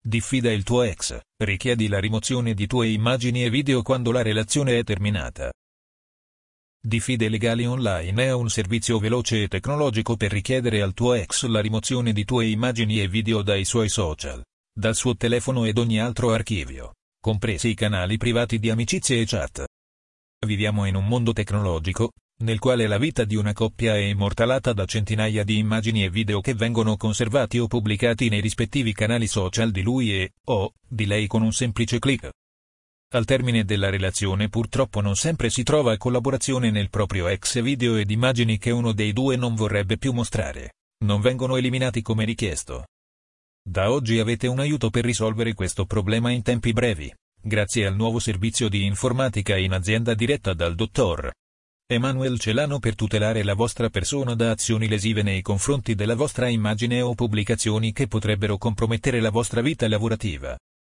Diffida il tuo ex, richiedi la rimozione di tue immagini e video quando la relazione è terminata. Diffide Legali Online è un servizio veloce e tecnologico per richiedere al tuo ex la rimozione di tue immagini e video dai suoi social, dal suo telefono ed ogni altro archivio, compresi i canali privati di amicizie e chat. Viviamo in un mondo tecnologico, nel quale la vita di una coppia è immortalata da centinaia di immagini e video che vengono conservati o pubblicati nei rispettivi canali social di lui o di lei con un semplice click. Al termine della relazione purtroppo non sempre si trova collaborazione nel proprio ex. Video ed immagini che uno dei due non vorrebbe più mostrare non vengono eliminati come richiesto. Da oggi avete un aiuto per risolvere questo problema in tempi brevi, grazie al nuovo servizio di informatica in azienda diretta dal dottor Emanuel Celano per tutelare la vostra persona da azioni lesive nei confronti della vostra immagine o pubblicazioni che potrebbero compromettere la vostra vita lavorativa.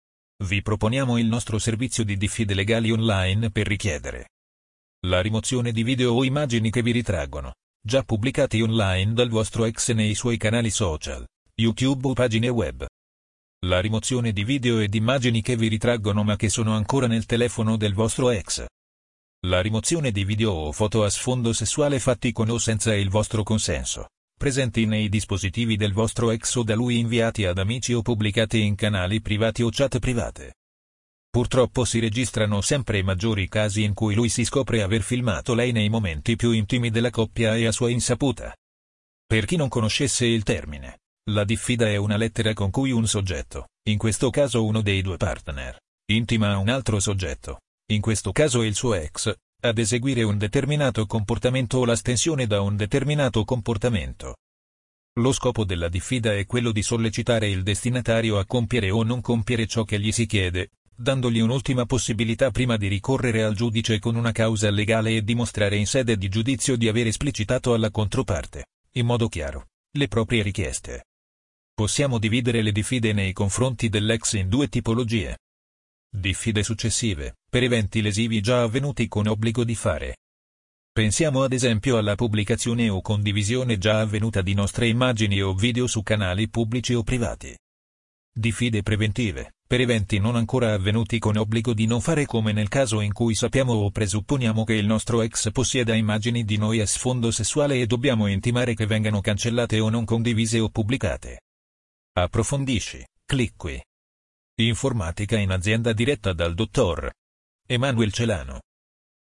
Vi proponiamo il nostro servizio di Diffide Legali Online per richiedere la rimozione di video o immagini che vi ritraggono, già pubblicati online dal vostro ex nei suoi canali social, YouTube o pagine web. La rimozione di video ed immagini che vi ritraggono ma che sono ancora nel telefono del vostro ex. La rimozione di video o foto a sfondo sessuale fatti con o senza il vostro consenso, presenti nei dispositivi del vostro ex o da lui inviati ad amici o pubblicati in canali privati o chat private. Purtroppo si registrano sempre maggiori casi in cui lui si scopre aver filmato lei nei momenti più intimi della coppia e a sua insaputa. Per chi non conoscesse il termine, la diffida è una lettera con cui un soggetto, in questo caso uno dei due partner, intima a un altro soggetto, in questo caso il suo ex, ad eseguire un determinato comportamento o l'astensione da un determinato comportamento. Lo scopo della diffida è quello di sollecitare il destinatario a compiere o non compiere ciò che gli si chiede, dandogli un'ultima possibilità prima di ricorrere al giudice con una causa legale e dimostrare in sede di giudizio di aver esplicitato alla controparte, in modo chiaro, le proprie richieste. Possiamo dividere le diffide nei confronti dell'ex in due tipologie. Diffide successive, per eventi lesivi già avvenuti con obbligo di fare. Pensiamo ad esempio alla pubblicazione o condivisione già avvenuta di nostre immagini o video su canali pubblici o privati. Diffide preventive, per eventi non ancora avvenuti con obbligo di non fare, come nel caso in cui sappiamo o presupponiamo che il nostro ex possieda immagini di noi a sfondo sessuale e dobbiamo intimare che vengano cancellate o non condivise o pubblicate. Approfondisci, clic qui. Informatica in azienda diretta dal dottor Emanuel Celano.